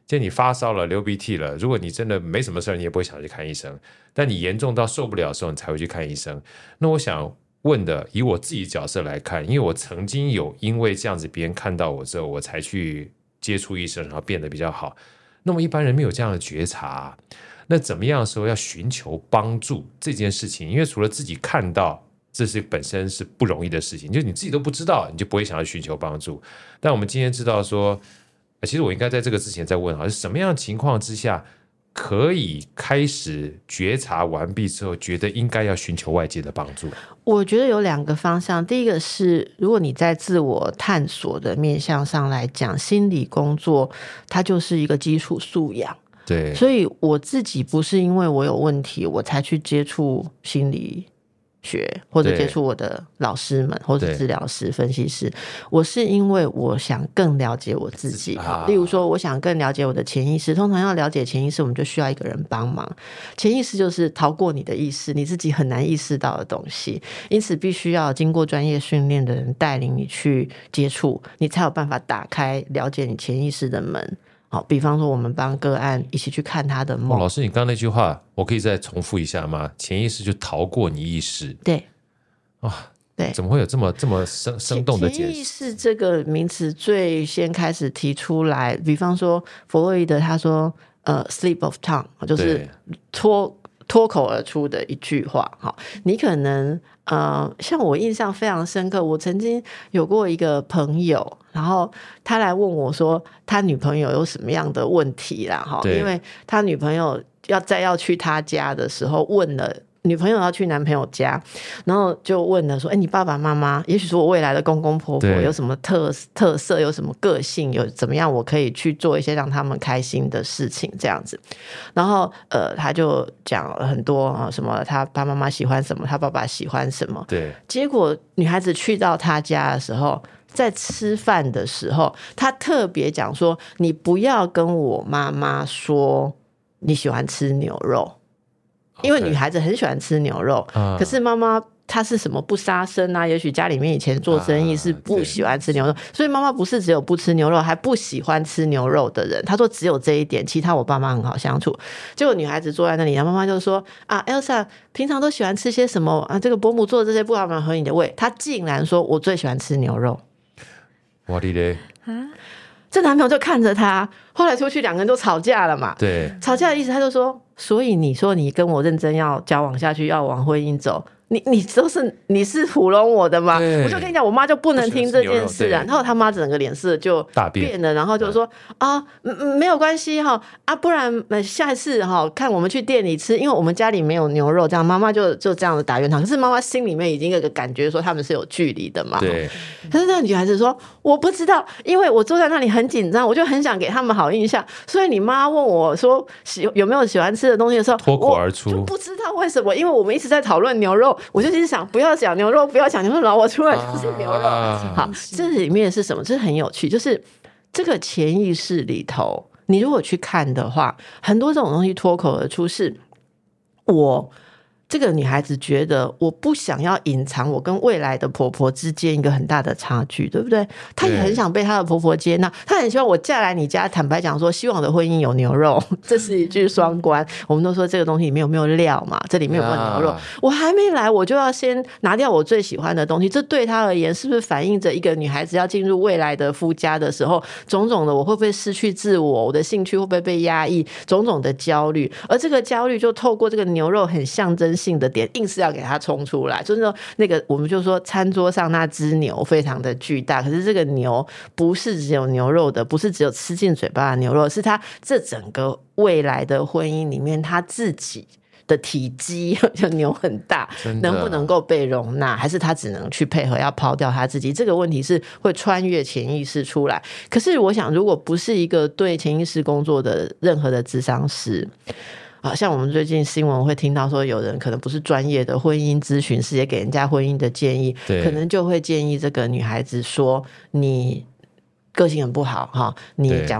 就你发烧了、流鼻涕了，如果你真的没什么事儿，你也不会想去看医生。但你严重到受不了的时候，你才会去看医生。那我想问的，以我自己角色来看，因为我曾经有因为这样子别人看到我之后，我才去接触医生，然后变得比较好。那么一般人没有这样的觉察啊，那怎么样的时候要寻求帮助这件事情？因为除了自己看到，这是本身是不容易的事情，就你自己都不知道，你就不会想要寻求帮助。但我们今天知道说，其实我应该在这个之前再问，是什么样的情况之下可以开始觉察完毕之后，觉得应该要寻求外界的帮助？
我觉得有两个方向。第一个是，如果你在自我探索的面向上来讲，心理工作它就是一个基础素养。
对，
所以我自己不是因为我有问题我才去接触心理学或者接触我的老师们或者治疗师分析师，我是因为我想更了解我自己、啊、例如说我想更了解我的潜意识，通常要了解潜意识我们就需要一个人帮忙，潜意识就是逃过你的意识，你自己很难意识到的东西，因此必须要经过专业训练的人带领你去接触，你才有办法打开了解你潜意识的门。好，比方说我们帮个案一起去看他的梦、
哦、老师你刚刚那句话我可以再重复一下吗？潜意识就逃过你意识。
对、
哦、
对，
怎么会有这么这么 生, 生动的解释？
潜意识这个名词最先开始提出来，比方说弗洛伊德他说呃 slip of tongue 就是脱脱口而出的一句话。好，你可能呃，像我印象非常深刻，我曾经有过一个朋友，然后他来问我说他女朋友有什么样的问题啦，因为他女朋友要再要去他家的时候问了，女朋友要去男朋友家，然后就问了说，哎，你爸爸妈妈也许说我未来的公公婆婆有什么 特, 特色，有什么个性，有怎么样我可以去做一些让他们开心的事情这样子。然后呃，他就讲了很多、啊、什么他爸妈妈喜欢什么，他爸爸喜欢什么。
对，
结果女孩子去到他家的时候，在吃饭的时候，他特别讲说，你不要跟我妈妈说你喜欢吃牛肉，因为女孩子很喜欢吃牛肉、okay. 可是妈妈她是什么不杀生啊，也许家里面以前做生意是不喜欢吃牛肉、啊、所以妈妈不是只有不吃牛肉，还不喜欢吃牛肉的人。她说只有这一点，其他我爸妈很好相处。结果女孩子坐在那里，然后妈妈就说啊 Elsa 平常都喜欢吃些什么啊？这个伯母做的这些不好合你的胃。她竟然说我最喜欢吃牛肉。
哇哩嘞啊！
这男朋友就看着他，后来出去两个人都吵架了嘛。
对，
吵架的意思他就说，所以你说你跟我认真要交往下去，要往婚姻走，你你都是你是糊弄我的吗？我就跟你讲，我妈就不能听这件事啊。然后他妈整个脸色就变了，然后就说啊，没有关系哈啊，不然下一次哈看我们去店里吃，因为我们家里没有牛肉，这样妈妈就就这样的打圆场。可是妈妈心里面已经有个感觉说他们是有距离的嘛。
对。
可是那个女孩子说我不知道，因为我坐在那里很紧张，我就很想给他们好印象，所以你妈问我说有没有喜欢吃的东西的时候，
脱口而出，
我就不知道为什么，因为我们一直在讨论牛肉，我就一直想不要讲牛肉，不要讲牛肉，然后我出来就是牛肉、啊、好，这里面是什么？这很有趣，就是这个潜意识里头，你如果去看的话，很多这种东西脱口而出，是我这个女孩子觉得我不想要隐藏我跟未来的婆婆之间一个很大的差距，对不对？她也很想被她的婆婆接纳，她很希望我嫁来你家，坦白讲说希望我的婚姻有牛肉，这是一句双关。我们都说这个东西里面有没有料嘛，这里面有没有牛肉、啊、我还没来我就要先拿掉我最喜欢的东西，这对她而言是不是反映着一个女孩子要进入未来的夫家的时候，种种的我会不会失去自我，我的兴趣会不会被压抑，种种的焦虑，而这个焦虑就透过这个牛肉很象征性的点硬是要给它冲出来，就是说那个我们就说餐桌上那只牛非常的巨大，可是这个牛不是只有牛肉的，不是只有吃进嘴巴的牛肉，是它这整个未来的婚姻里面它自己的体积，就牛很大，能不能够被容纳，还是他只能去配合要抛掉他自己，这个问题是会穿越潜意识出来。可是我想如果不是一个对潜意识工作的任何的咨商师啊，像我们最近新闻会听到说有人可能不是专业的婚姻咨询师，也给人家婚姻的建议，可能就会建议这个女孩子说你个性很不好哈，你讲话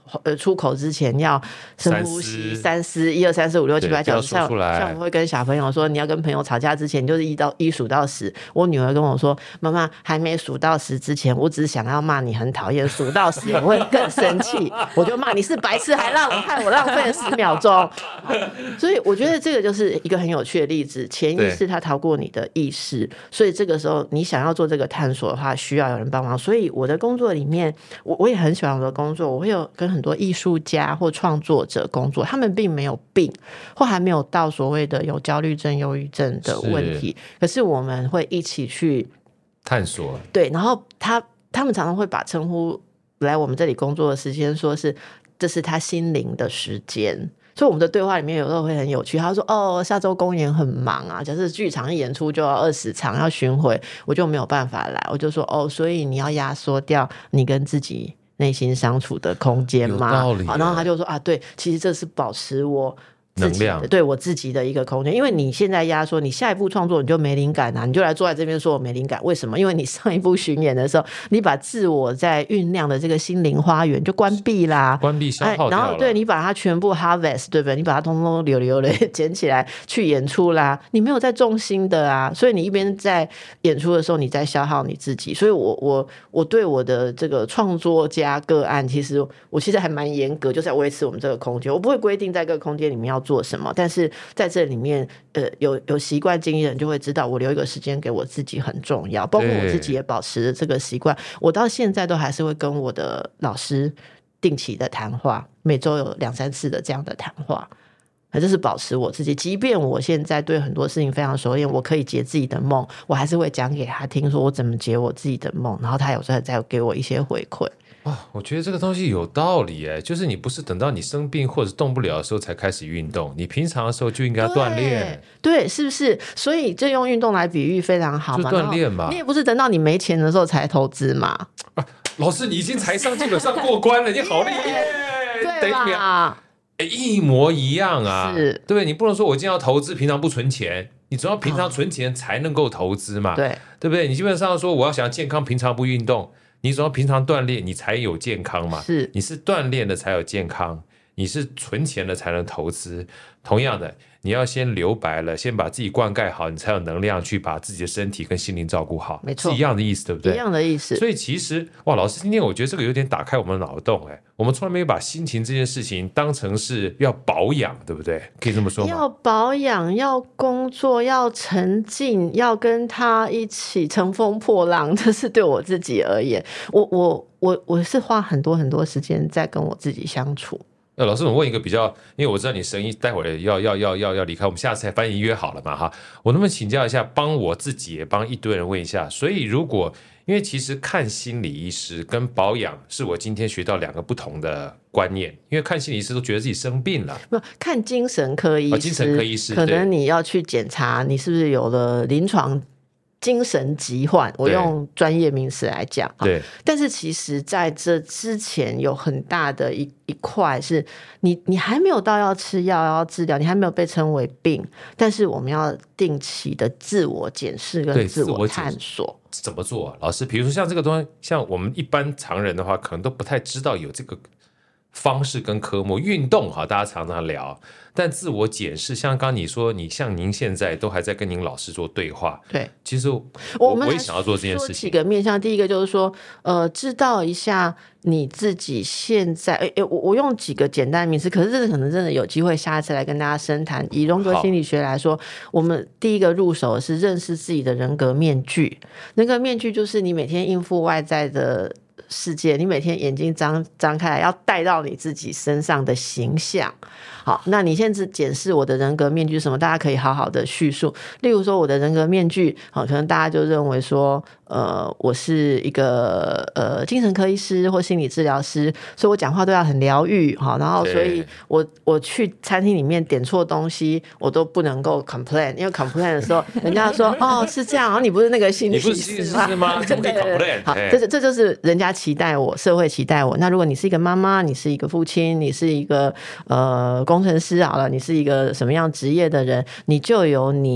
呃出口之前要深呼吸三思，一二三四五六七八九，像像我们会跟小朋友说，你要跟朋友吵架之前，就是一到一数到十。我女儿跟我说，妈妈还没数到十之前，我只是想要骂你很讨厌，数到十我会更生气，我就骂你是白痴，还让我害我浪费了十秒钟。所以我觉得这个就是一个很有趣的例子，潜意识它逃过你的意识，所以这个时候你想要做这个探索的话，需要有人帮忙。所以我的工作里面，我我也很喜欢我的工作，我会有跟很多艺术家或创作者工作，他们并没有病，或还没有到所谓的有焦虑症、忧郁症的问题，可是我们会一起去
探索。对，
然后他他们常常会把称呼来我们这里工作的时间说是这是他心灵的时间。所以我们的对话里面有时候会很有趣，他说哦下周公演很忙啊，假设剧场一演出就要二十场要巡回，我就没有办法来，我就说哦所以你要压缩掉你跟自己内心相处的空间吗？
有道理。
然后他就说啊对，其实这是保持我
能量，
对我自己的一个空间。因为你现在压缩，你下一步创作你就没灵感啊，你就来坐在这边说我没灵感，为什么？因为你上一部巡演的时候，你把自我在酝酿的这个心灵花园就关闭啦，
关闭消耗掉了、哎、
然后对你把它全部 harvest 对不对？你把它通通流流的捡起来去演出啦，你没有在重心的啊，所以你一边在演出的时候你在消耗你自己。所以我我我对我的这个创作家个案，其实我其实还蛮严格，就是要维持我们这个空间，我不会规定在这个空间里面要做什么，但是在这里面呃，有有习惯经营人就会知道我留一个时间给我自己很重要，包括我自己也保持着这个习惯，我到现在都还是会跟我的老师定期的谈话，每周有两三次的这样的谈话，这是保持我自己，即便我现在对很多事情非常熟练，我可以解自己的梦，我还是会讲给他听，说我怎么解我自己的梦，然后他有时候再给我一些回馈。
哦、我觉得这个东西有道理耶，就是你不是等到你生病或者动不了的时候才开始运动，你平常的时候就应该锻炼。
对，是不是？所以就用运动来比喻非常好嘛，
就锻炼嘛。
你也不是等到你没钱的时候才投资嘛、
啊。老师，你已经财商基本上过关了，你好厉害，
对吧？
一模一样啊，
是，
对不对？你不能说我今天要投资，平常不存钱，你总要平常存钱才能够投资嘛，
对，
对不对？你基本上说我要想要健康，平常不运动，你总要平常锻炼，你才有健康嘛。
是，
你是锻炼的才有健康，你是存钱的才能投资。同样的，你要先留白了，先把自己灌溉好，你才有能量去把自己的身体跟心灵照顾好。
没错，
是一样的意思，对不对？
一样的意思。
所以其实哇，老师今天我觉得这个有点打开我们的脑洞哎，我们从来没有把心情这件事情当成是要保养，对不对？可以这么说吗？
要保养，要工作，要沉浸，要跟他一起乘风破浪，这是对我自己而言，我我我我是花很多很多时间在跟我自己相处。
那老师，我问一个比较，因为我知道你生意待会儿要要要要要离开，我们下次才翻译约好了嘛哈。我能不能请教一下，帮我自己也帮一堆人问一下？所以如果因为其实看心理医师跟保养是我今天学到两个不同的观念，因为看心理医师都觉得自己生病了，
没有看精神科医师，
哦、精神科医师
可能你要去检查你是不是有了临床精神疾患，我用专业名词来讲。
对，
但是其实在这之前有很大的一一块是你你还没有到要吃药要治疗，你还没有被称为病，但是我们要定期的自我检视跟自我探索。
怎么做啊？老师，比如说像这个东西，像我们一般常人的话，可能都不太知道有这个方式跟科目。运动哈，大家常常聊，但自我检视，像刚刚你说，你像您现在都还在跟您老师做对话，
对，
其实 我,
我,
我也想要做这件事情。
几个面向，第一个就是说，呃，知道一下你自己现在，哎哎，我我用几个简单名词，可是这个可能真的有机会下一次来跟大家深谈。以荣格心理学来说，我们第一个入手的是认识自己的人格面具。人格面具就是你每天应付外在的世界，你每天眼睛张张开来，要带到你自己身上的形象。好，那你现在检视我的人格面具是什么？大家可以好好的叙述。例如说，我的人格面具，好，可能大家就认为说，呃，我是一个呃精神科医师或心理治疗师，所以我讲话都要很疗愈，好，然后所以我我去餐厅里面点错东西，我都不能够 complain， 因为 complain 的时候，人家说哦是这样，然后你不是那个心理师吗？
你不是心理师吗？怎么可以 complain？
好，这是这就是人家期待我，社会期待我。那如果你是一个妈妈，你是一个父亲，你是一个呃工程师好了，你是一个什么样职业的人，你就有你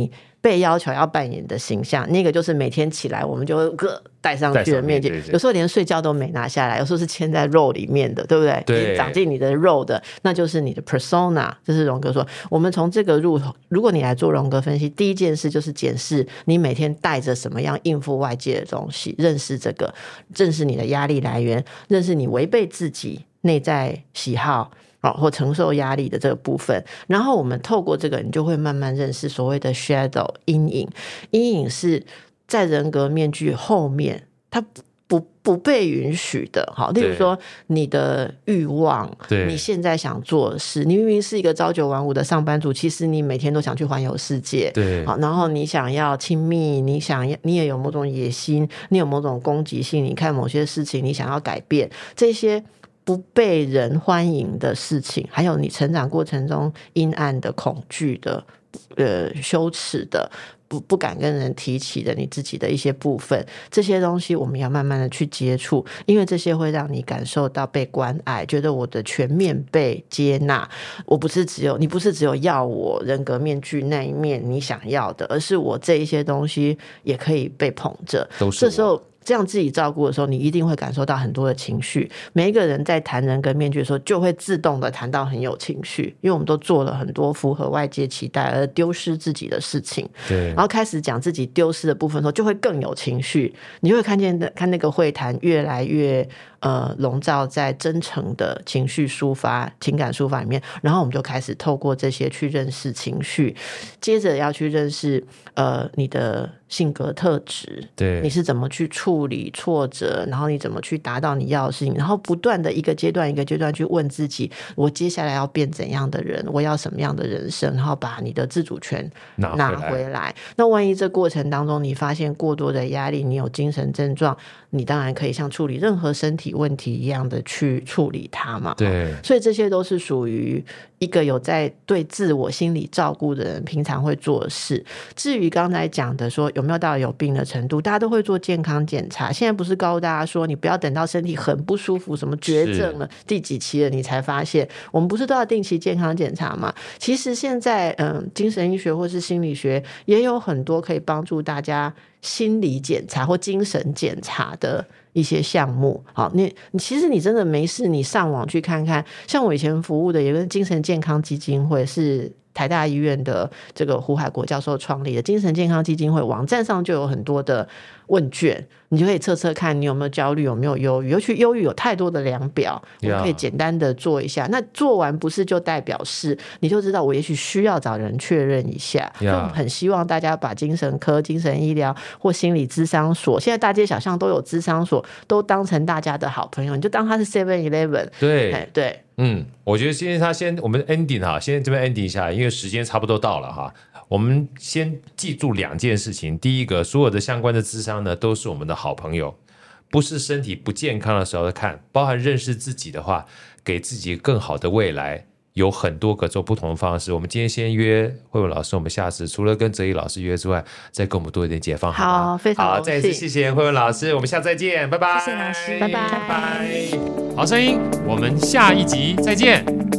被要求要扮演的形象，那个就是每天起来我们就个戴上去的面具，对对对，有时候连睡觉都没拿下来，有时候是嵌在肉里面的，对不对？
对，
长进你的肉的，那就是你的 persona。这是荣格说，我们从这个入口，如果你来做荣格分析，第一件事就是检视你每天带着什么样应付外界的东西，认识这个，认识你的压力来源，认识你违背自己内在喜好或承受压力的这个部分，然后我们透过这个，你就会慢慢认识所谓的 shadow 阴影。阴影是在人格面具后面，它不不被允许的。好，例如说你的欲望，你现在想做的事，你明明是一个朝九晚五的上班族，其实你每天都想去环游世界。
对，
好，然后你想要亲密，你想要，你也有某种野心，你有某种攻击性，你看某些事情，你想要改变这些。不被人欢迎的事情，还有你成长过程中阴暗的、恐惧的、呃羞耻的、不不敢跟人提起的你自己的一些部分，这些东西我们要慢慢的去接触，因为这些会让你感受到被关爱，觉得我的全面被接纳。我不是只有你，不是只有要我人格面具那一面你想要的，而是我这一些东西也可以被捧着。
都是我。
这时候。这样自己照顾的时候，你一定会感受到很多的情绪。每一个人在谈人跟面具的时候，就会自动的谈到很有情绪，因为我们都做了很多符合外界期待而丢失自己的事情。
对，
然后开始讲自己丢失的部分的时候，就会更有情绪。你会看见看那个会谈越来越呃笼罩在真诚的情绪抒发、情感抒发里面，然后我们就开始透过这些去认识情绪，接着要去认识呃你的性格特质，
对，
你是怎么去处理挫折，然后你怎么去达到你要的事情，然后不断的一个阶段一个阶段去问自己，我接下来要变怎样的人，我要什么样的人生，然后把你的自主权拿回 来, 拿回来。那万一这过程当中你发现过多的压力，你有精神症状，你当然可以像处理任何身体问题一样的去处理它嘛。
对，
所以这些都是属于一个有在对自我心理照顾的人平常会做的事。至于刚才讲的说有没有到有病的程度，大家都会做健康检查。现在不是告诉大家说你不要等到身体很不舒服，什么绝症了第几期了你才发现，我们不是都要定期健康检查吗？其实现在嗯，精神医学或是心理学也有很多可以帮助大家心理检查或精神检查的一些项目。好，你你其实你真的没事，你上网去看看。像我以前服务的有个精神健康基金会，是台大医院的这个胡海国教授创立的精神健康基金会，网站上就有很多的问卷，你就可以测测看你有没有焦虑，有没有忧郁。尤其忧郁有太多的量表，我们可以简单的做一下。Yeah. 那做完不是就代表是你就知道我也许需要找人确认一下。Yeah. 所以我们很希望大家把精神科、精神医疗或心理咨商所，现在大街小巷都有咨商所，都当成大家的好朋友，你就当他是 seven eleven。
对
对，
嗯，我觉得今天他先我们 ending 哈，先这边 ending 一下，因为时间差不多到了哈。我们先记住两件事情，第一个，所有的相关的咨商呢，都是我们的好朋友，不是身体不健康的时候看，包含认识自己的话，给自己更好的未来，有很多个做不同的方式。我们今天先约慧文老师，我们下次除了跟哲毅老师约之外，再跟我们多一点解放，好吗？
好，非常
好，再一次谢谢慧文老师，我们下次再见，拜拜。
谢谢老师，
拜拜，
拜拜。
好声音，我们下一集再见。